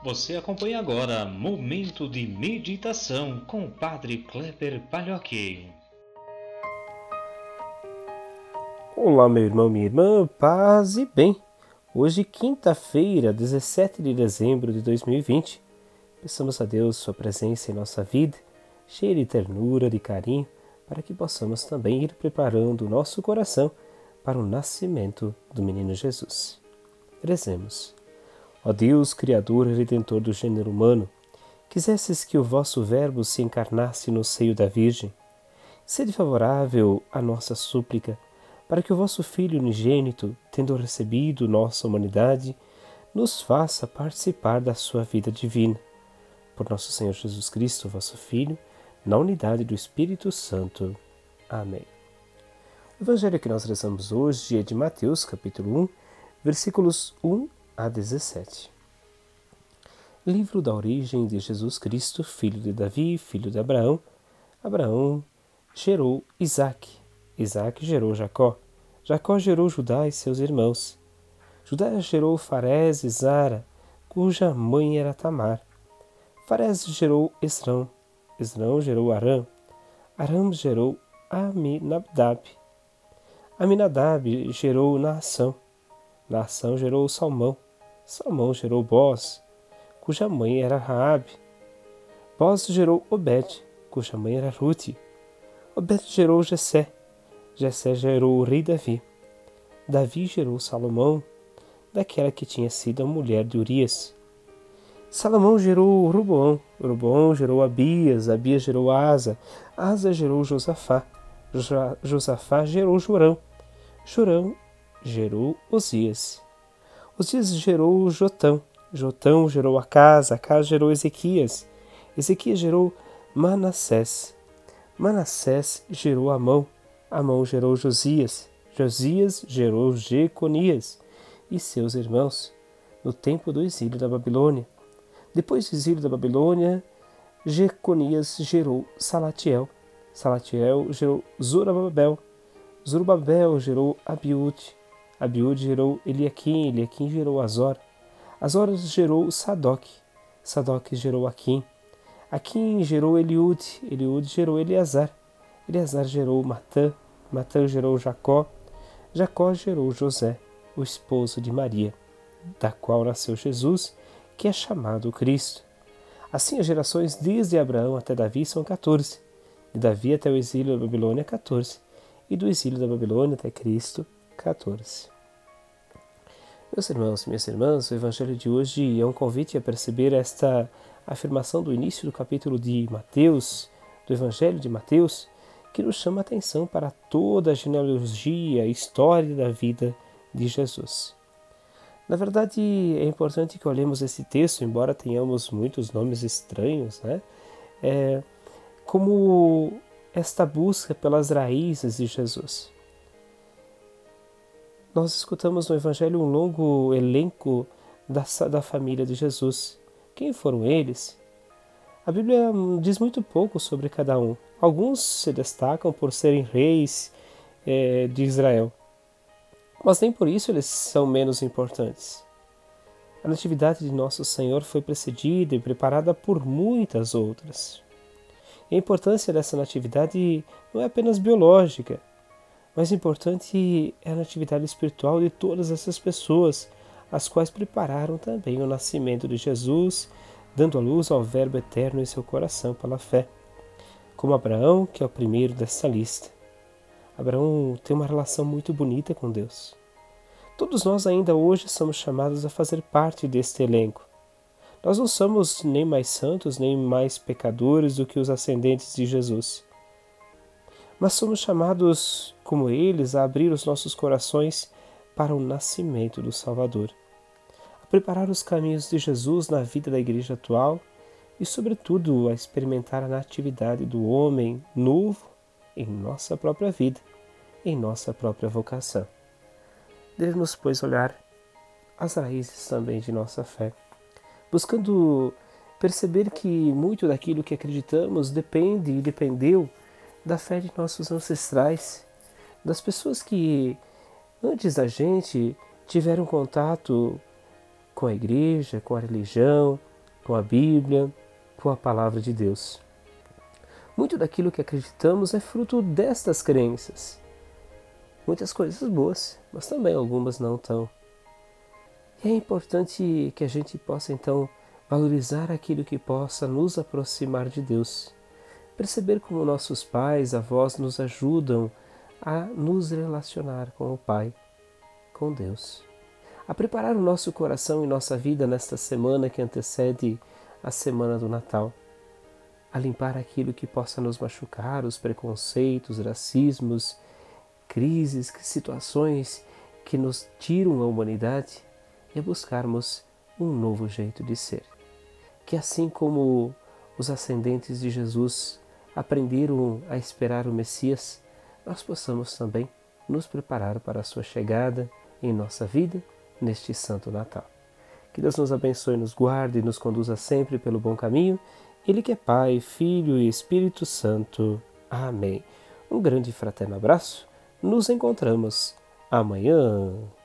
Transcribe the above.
Você acompanha agora Momento de Meditação com o Padre Kleber Palhoque. Olá, meu irmão, minha irmã, paz e bem. Hoje, quinta-feira, 17 de dezembro de 2020. Peçamos a Deus sua presença em nossa vida, cheia de ternura, de carinho, para que possamos também ir preparando o nosso coração para o nascimento do menino Jesus. Rezemos. Ó Deus, Criador e Redentor do gênero humano, quisesses que o vosso Verbo se encarnasse no seio da Virgem. Sede favorável à nossa súplica, para que o vosso Filho unigênito, tendo recebido nossa humanidade, nos faça participar da sua vida divina. Por nosso Senhor Jesus Cristo, vosso Filho, na unidade do Espírito Santo. Amém. O evangelho que nós rezamos hoje é de Mateus, capítulo 1, versículos 1 a 17. Livro da origem de Jesus Cristo, filho de Davi, filho de Abraão. Abraão gerou Isaque. Isaque gerou Jacó. Jacó gerou Judá e seus irmãos. Judá gerou Farés e Zara, cuja mãe era Tamar. Farés gerou Esrão. Esrão gerou Arã. Arã gerou Aminadab. Aminadab gerou Naassão. Naassão gerou Salmão. Salmão gerou Boz, cuja mãe era Raabe. Boz gerou Obed, cuja mãe era Rute. Obed gerou Jessé. Jessé gerou o rei Davi. Davi gerou Salomão, daquela que tinha sido a mulher de Urias. Salomão gerou Roboão. Roboão gerou Abias. Abias gerou Asa. Asa gerou Josafá. Josafá gerou Jorão. Jorão gerou Osias. Osias gerou Jotão. Jotão gerou Acás. Acás gerou Ezequias. Ezequias gerou Manassés. Manassés gerou Amão. Amão gerou Josias. Josias gerou Jeconias e seus irmãos, no tempo do exílio da Babilônia. Depois do exílio da Babilônia, Jeconias gerou Salatiel. Salatiel gerou Zorobabel. Zorobabel gerou Abiúde. Abiúde gerou Eliaquim. Eliaquim gerou Azor. Azor gerou Sadoc. Sadoc gerou Aquim. Aquim gerou Eliúde. Eliúde gerou Eleazar. Eleazar gerou Matã. Matã gerou Jacó. Jacó gerou José, o esposo de Maria, da qual nasceu Jesus, que é chamado Cristo. Assim, as gerações desde Abraão até Davi são 14, de Davi até o exílio da Babilônia, 14, e do exílio da Babilônia até Cristo, 14. Meus irmãos e minhas irmãs, o evangelho de hoje é um convite a perceber esta afirmação do início do capítulo de Mateus, do evangelho de Mateus, que nos chama a atenção para toda a genealogia, a história da vida de Jesus. Na verdade, é importante que olhemos esse texto, embora tenhamos muitos nomes estranhos, como esta busca pelas raízes de Jesus. Nós escutamos no Evangelho um longo elenco da família de Jesus. Quem foram eles? A Bíblia diz muito pouco sobre cada um. Alguns se destacam por serem reis de Israel, mas nem por isso eles são menos importantes. A natividade de Nosso Senhor foi precedida e preparada por muitas outras. E a importância dessa natividade não é apenas biológica, mas importante é a natividade espiritual de todas essas pessoas, as quais prepararam também o nascimento de Jesus, dando à luz ao Verbo eterno em seu coração pela fé, como Abraão, que é o primeiro dessa lista. Abraão tem uma relação muito bonita com Deus. Todos nós ainda hoje somos chamados a fazer parte deste elenco. Nós não somos nem mais santos, nem mais pecadores do que os ascendentes de Jesus. Mas somos chamados, como eles, a abrir os nossos corações para o nascimento do Salvador, a preparar os caminhos de Jesus na vida da igreja atual e, sobretudo, a experimentar a natividade do homem novo em nossa própria vida, em nossa própria vocação. Devemos, pois, olhar as raízes também de nossa fé, buscando perceber que muito daquilo que acreditamos depende e dependeu da fé de nossos ancestrais, das pessoas que, antes da gente, tiveram contato com a igreja, com a religião, com a Bíblia, com a Palavra de Deus. Muito daquilo que acreditamos é fruto destas crenças. Muitas coisas boas, mas também algumas não tão. E é importante que a gente possa então valorizar aquilo que possa nos aproximar de Deus. Perceber como nossos pais, avós nos ajudam a nos relacionar com o Pai, com Deus. A preparar o nosso coração e nossa vida nesta semana que antecede a semana do Natal. A limpar aquilo que possa nos machucar, os preconceitos, racismos, crises, situações que nos tiram a humanidade e a buscarmos um novo jeito de ser. Que assim como os ascendentes de Jesus aprenderam a esperar o Messias, nós possamos também nos preparar para a sua chegada em nossa vida neste Santo Natal. Que Deus nos abençoe, nos guarde e nos conduza sempre pelo bom caminho. Ele que é Pai, Filho e Espírito Santo. Amém. Um grande e fraterno abraço. Nos encontramos amanhã.